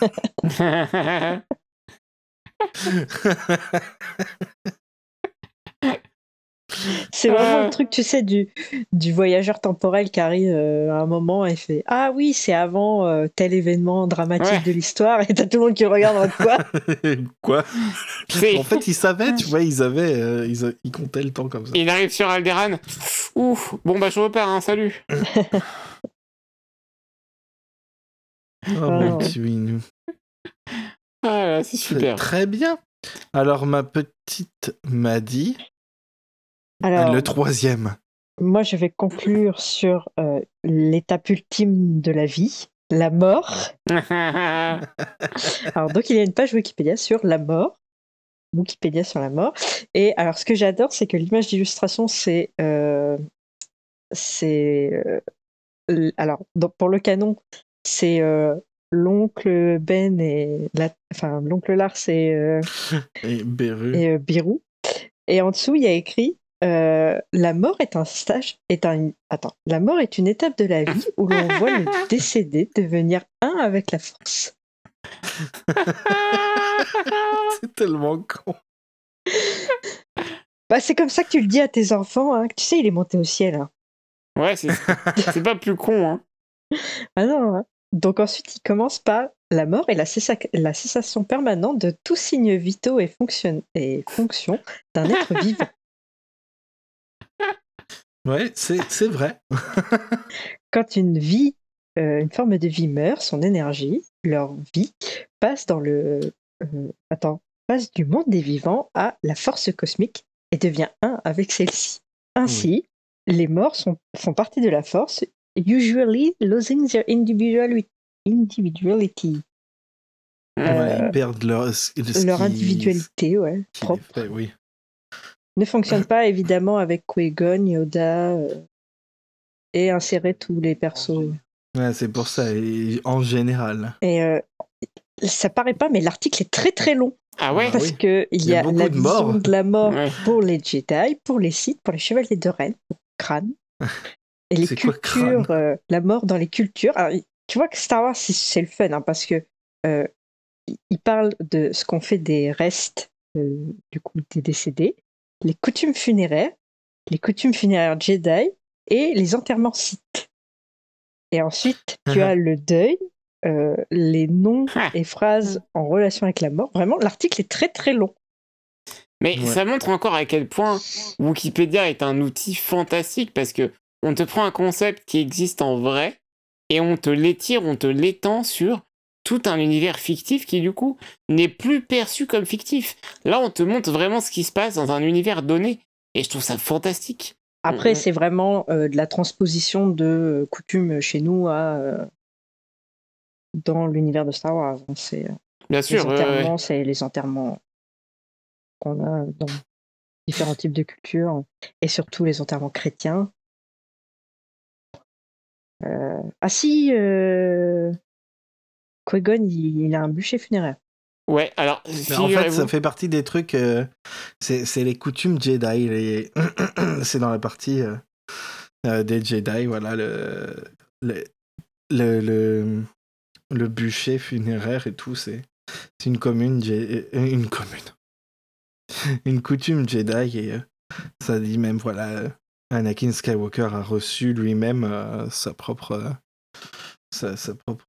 C'est vraiment le truc, tu sais, du voyageur temporel qui arrive à un moment et fait ah oui, c'est avant tel événement dramatique de l'histoire, et t'as tout le monde qui regarde en quoi. Quoi. En fait, ils savaient, tu vois, ils comptaient le temps comme ça. Il arrive sur Alderaan. Ouf, bon bah je repars, hein, salut. Oh mon Dieu, Inou. Ah là, c'est super. Très bien. Alors ma petite m'a dit. Alors, le troisième. Moi, je vais conclure sur l'étape ultime de la vie, la mort. Alors, donc, il y a une page Wikipédia sur la mort. Wikipédia sur la mort. Et alors, ce que j'adore, c'est que l'image d'illustration, alors, donc, pour le canon, c'est l'oncle Ben et l'oncle Lars et Beru. Beru. Et en dessous, il y a écrit La mort est un stage, attends, la mort est une étape de la vie où l'on voit le décédé devenir un avec la force. C'est tellement con. Bah, c'est comme ça que tu le dis à tes enfants, hein, que tu sais, il est monté au ciel. Hein. Ouais, c'est pas plus con, hein. Ah non, hein. Donc ensuite, il commence par la mort et la cessation permanente de tous signes vitaux et fonctions d'un être vivant. Ouais, c'est vrai. Quand une forme de vie meurt, son énergie, leur vie, passe passe du monde des vivants à la force cosmique et devient un avec celle-ci. Ainsi, les morts font partie de la force, usually losing their individuality. Ouais, ils perdent Leur individualité, ouais, propre. Fait, oui. Ne fonctionne pas évidemment avec Qui-Gon, Yoda et insérer tous les persos. Ouais, c'est pour ça, et en général. Et ça paraît pas, mais l'article est très très long. Ah ouais? Parce que il y a beaucoup la de vision morts. de la mort Ouais. pour les Jedi, pour les Sith, pour les chevaliers de Ren, pour Crâne. Et les C'est quoi, cultures, Crâne la mort dans les cultures. Alors, tu vois que Star Wars, c'est le fun, hein, parce que il parle de ce qu'on fait des restes, du coup, des décédés, les coutumes funéraires Jedi et les enterrements Sith. Et ensuite, tu as le deuil, les noms et phrases en relation avec la mort. Vraiment, l'article est très très long. Mais Ouais. ça montre encore à quel point Wikipédia est un outil fantastique parce que on te prend un concept qui existe en vrai et on te l'étire, on te l'étend sur tout un univers fictif qui du coup n'est plus perçu comme fictif. Là, on te montre vraiment ce qui se passe dans un univers donné et je trouve ça fantastique. Après, c'est vraiment de la transposition de coutumes chez nous dans l'univers de Star Wars. Hein. C'est Bien les sûr, enterrements, c'est les enterrements qu'on a dans différents types de cultures et surtout les enterrements chrétiens. Ah si, Qui-Gon, il a un bûcher funéraire. Ouais, alors, Mais en fait, ça figurez-vous. fait partie des trucs. C'est les coutumes Jedi. C'est dans la partie des Jedi, voilà, le, le, le bûcher funéraire et tout. C'est une une commune. Une coutume Jedi et ça dit même, voilà, Anakin Skywalker a reçu lui-même sa propre. Sa propre.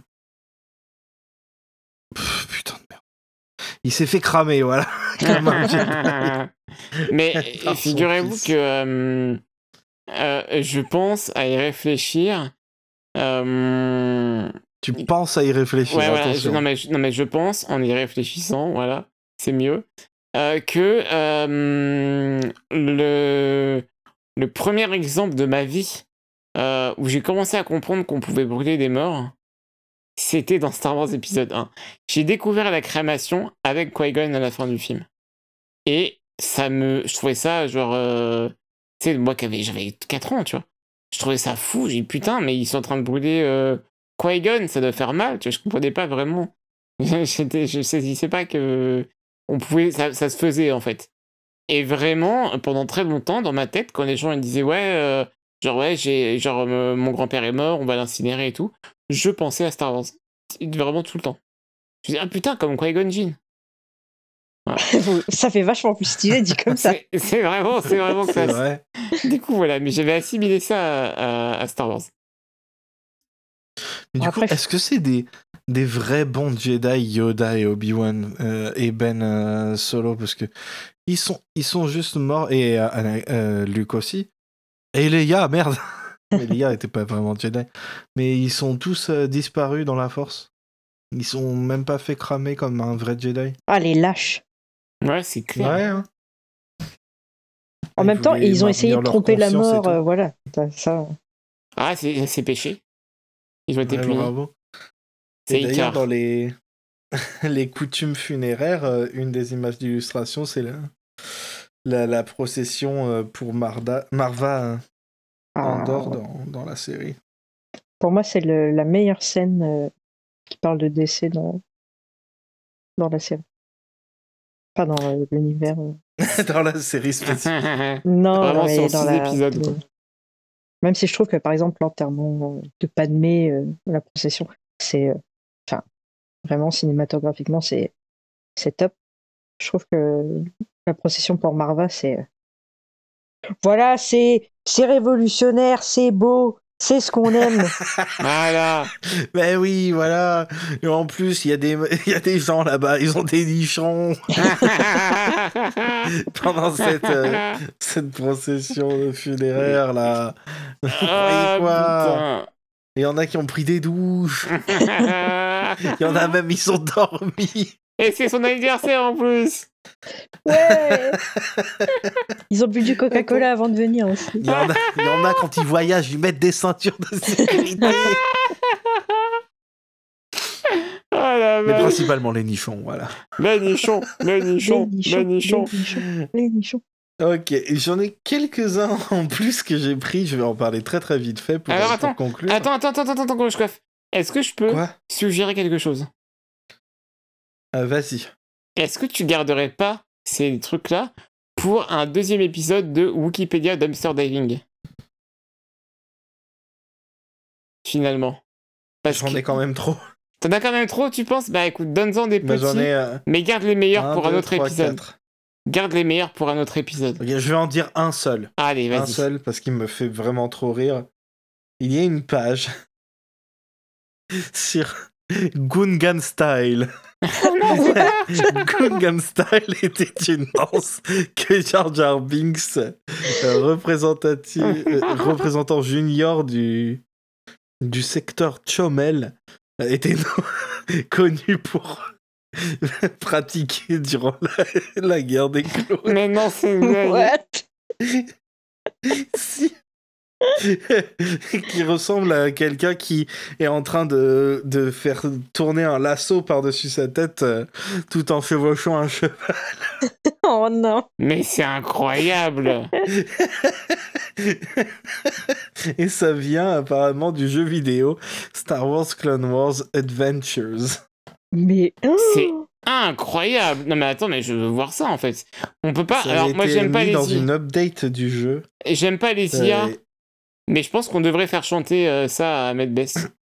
Putain de merde. Il s'est fait cramer, voilà. Comme un Jedi. Mais Par son figurez-vous fils. que je pense à y réfléchir. Tu penses à y réfléchir, Ouais, voilà. attention. Non, mais je pense, en y réfléchissant, voilà, c'est mieux, que le premier exemple de ma vie où j'ai commencé à comprendre qu'on pouvait brûler des morts, c'était dans Star Wars épisode 1. J'ai découvert la crémation avec Qui-Gon à la fin du film. Et je trouvais ça genre, tu sais, moi j'avais 4 ans, tu vois. Je trouvais ça fou, j'ai dit putain, mais ils sont en train de brûler Qui-Gon, ça doit faire mal, tu vois, je comprenais pas vraiment. Je saisissais pas que ça se faisait en fait. Et vraiment, pendant très longtemps, dans ma tête, quand les gens ils disaient ouais, genre ouais, mon grand-père est mort, on va l'incinérer et tout, je pensais à Star Wars. Vraiment tout le temps. Je me disais, ah putain, comme Qui-Gon Jinn. Voilà. Ça fait vachement plus stylé dit comme ça. C'est vraiment que C'est ça. vrai. Du coup, voilà, mais j'avais assimilé ça à Star Wars. Mais du Après, coup, est-ce que c'est des vrais bons Jedi, Yoda et Obi-Wan et Ben Solo? Parce que ils sont juste morts, et Luke aussi. Et Leia, merde. Mais Leia était pas vraiment Jedi. Mais ils sont tous disparus dans la Force. Ils sont même pas fait cramer comme un vrai Jedi. Ah, les lâches. Ouais, c'est clair. Ouais, hein. En même temps, voulaient ils ont essayé de maintenir leur tromper la conscience et mort, tout. voilà. Ça. Ah, c'est péché. Ils ont été Ouais, punis. bravo. C'est Et d'ailleurs, Icar. dans les coutumes funéraires, une des images d'illustration, c'est la procession pour Marva Andor dans la série. Pour moi, c'est la meilleure scène qui parle de décès dans la série. Pas dans l'univers. dans la série spécifique. Non, Vraiment mais sur dans 6 épisodes, quoi. Même si je trouve que, par exemple, l'enterrement de Padmé, la procession, c'est... Enfin, vraiment, cinématographiquement, c'est top. Je trouve que la procession pour Marva, c'est... Voilà, c'est révolutionnaire, c'est beau, c'est ce qu'on aime. Voilà. Mais oui, voilà. Et en plus, il y a des gens là-bas, ils ont des nichons pendant cette procession funéraire là. Vous voyez quoi? Il y en a qui ont pris des douches. Il y en a même, ils ont dormi. Et c'est son anniversaire en plus. Ouais. Ils ont bu du Coca-Cola avant de venir aussi. Il y en a quand ils voyagent, ils mettent des ceintures de sécurité. Mais principalement les nichons, voilà. Les nichons. Ok, j'en ai quelques-uns en plus que j'ai pris, je vais en parler très très vite fait pour conclure. Attends, Grushkov. Est-ce que je peux suggérer quelque chose? Vas-y. Est-ce que tu garderais pas ces trucs-là pour un deuxième épisode de Wikipédia Dumpster Diving? Finalement. J'en ai quand même trop. T'en as quand même trop, tu penses? Bah écoute, donne-en des petits, mais garde les meilleurs pour un autre épisode. 4. Garde les meilleurs pour un autre épisode. Ok, je vais en dire un seul. Allez, vas-y. Un seul, parce qu'il me fait vraiment trop rire. Il y a une page sur Gungan Style. Gungan Style était une danse que Jar Jar Binks, représentant junior du secteur Chomel, était connu pour pratiquer durant la guerre des clones. Mais non, c'est une blague. What? Si. Qui ressemble à quelqu'un qui est en train de faire tourner un lasso par-dessus sa tête tout en chevauchant un cheval. Oh non. Mais c'est incroyable. Et ça vient apparemment du jeu vidéo Star Wars Clone Wars Adventures. Mais c'est incroyable. Non mais attends, mais je veux voir ça en fait. On peut pas. Ça Alors moi j'aime pas les dans une update du jeu. Et j'aime pas les IA. Mais je pense qu'on devrait faire chanter ça à Ahmed Bess.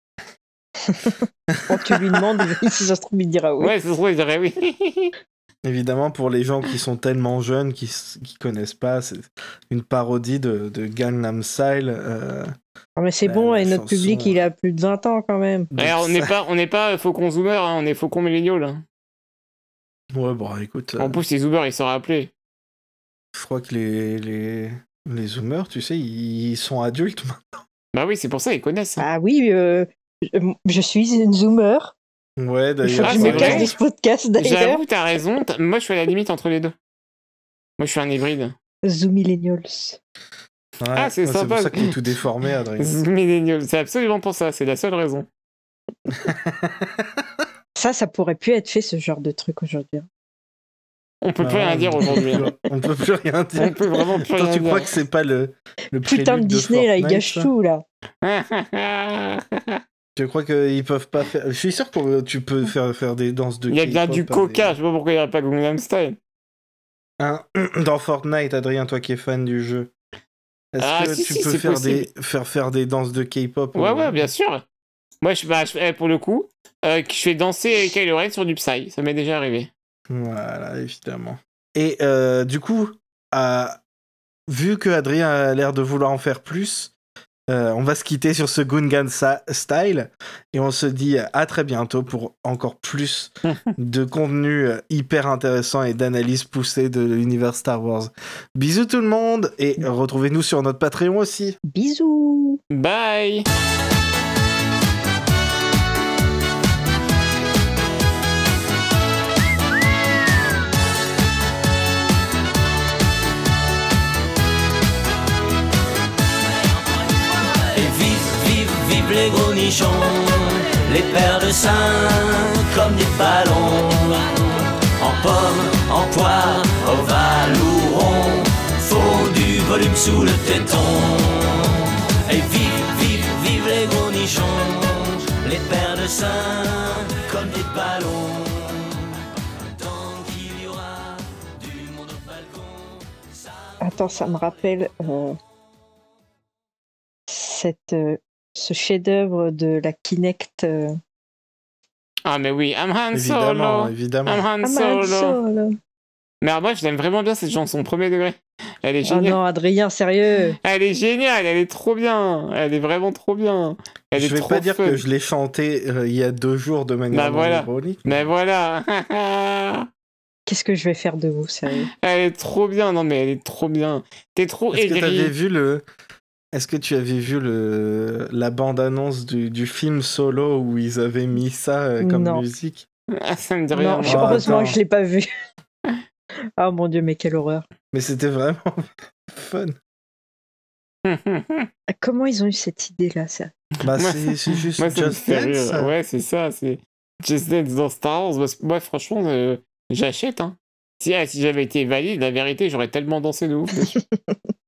Quand tu lui demandes, si ça se trouve, il dira oui. Ouais, ça se trouve, il dirait oui. Évidemment, pour les gens qui sont tellement jeunes, qui connaissent pas, c'est une parodie de Gangnam Style. Mais c'est bon, et notre chanson... public, il a plus de 20 ans quand même. Alors, on n'est pas Faucon Zoomer, hein, on est Faucon Millennial. Hein. Ouais, bon, écoute... En plus, les Zoomers, ils sont rappelés. Je crois que les Zoomers, tu sais, ils sont adultes maintenant. Bah oui, c'est pour ça, ils connaissent. Hein. Ah oui, je suis une Zoomer. Ouais, d'ailleurs. Je me casse de ce podcast, d'ailleurs. J'avoue, t'as raison. Moi, je suis à la limite entre les deux. Moi, je suis un hybride. Zoomillennials. Ouais, c'est sympa. C'est pour ça que t'es tout déformé, Adrien. Zoomillennials, c'est absolument pour ça. C'est la seule raison. Ça pourrait plus être fait, ce genre de truc aujourd'hui. On peut plus rien dire aujourd'hui. On peut plus rien dire. On peut vraiment plus rien dire. Tu crois que c'est pas le putain de Disney, là, il gâche tout, là. Tu crois qu'ils peuvent pas faire... Je suis sûr que tu peux faire des danses de... Il y a bien du coca, je sais pas pourquoi il n'y a pas Gangnam Style. Hein, dans Fortnite, Adrien, toi qui es fan du jeu, est-ce que tu peux faire des danses de K-pop? Ouais, bien sûr. Moi, pour le coup, je fais danser Kylo Ren sur du Psy. Ça m'est déjà arrivé. Voilà, évidemment. Et du coup, vu que Adrien a l'air de vouloir en faire plus, on va se quitter sur ce Gungan Style et on se dit à très bientôt pour encore plus de contenu hyper intéressant et d'analyse poussée de l'univers Star Wars. Bisous tout le monde et retrouvez-nous sur notre Patreon aussi. Bisous. Bye. Les gros nichons, les paires de seins comme des ballons. En pomme, en poire, ovale ou rond, faut du volume sous le téton. Et vive les gros nichons, les paires de seins comme des ballons. Tant qu'il y aura Attends, ça me rappelle ce chef-d'œuvre de la Kinect. Ah, mais oui, I'm Han Évidemment, Solo. évidemment. I'm Han Ah, Man Solo. Solo. Mais moi, je l'aime vraiment bien cette chanson, premier degré. Elle est Oh géniale. non, Adrien, sérieux. Elle est géniale, elle est trop bien. Elle est vraiment trop bien. Elle Je est vais trop pas dire fun. que je l'ai chanté il y a 2 jours de manière Bah voilà. ironique. Mais voilà. Qu'est-ce que je vais faire de vous, sérieux? Elle est trop bien. Non, mais elle est trop bien. T'es trop Est-ce que t'avais aigri. vu Est-ce que tu avais vu la bande-annonce du film Solo où ils avaient mis ça comme Non. musique? Ah, ça me dit rien. Non, moi. Oh, heureusement attends. que je l'ai pas vu. Oh mon dieu, mais quelle horreur. Mais c'était vraiment fun. Comment ils ont eu cette idée-là, ça? Bah, Moi, c'est juste Moi, ça me Just fait Dance. rire. Ouais, c'est ça. C'est Just Dance dans Star Wars. Moi, franchement, j'achète. Hein. Si j'avais été valide, la vérité, j'aurais tellement dansé de ouf dessus.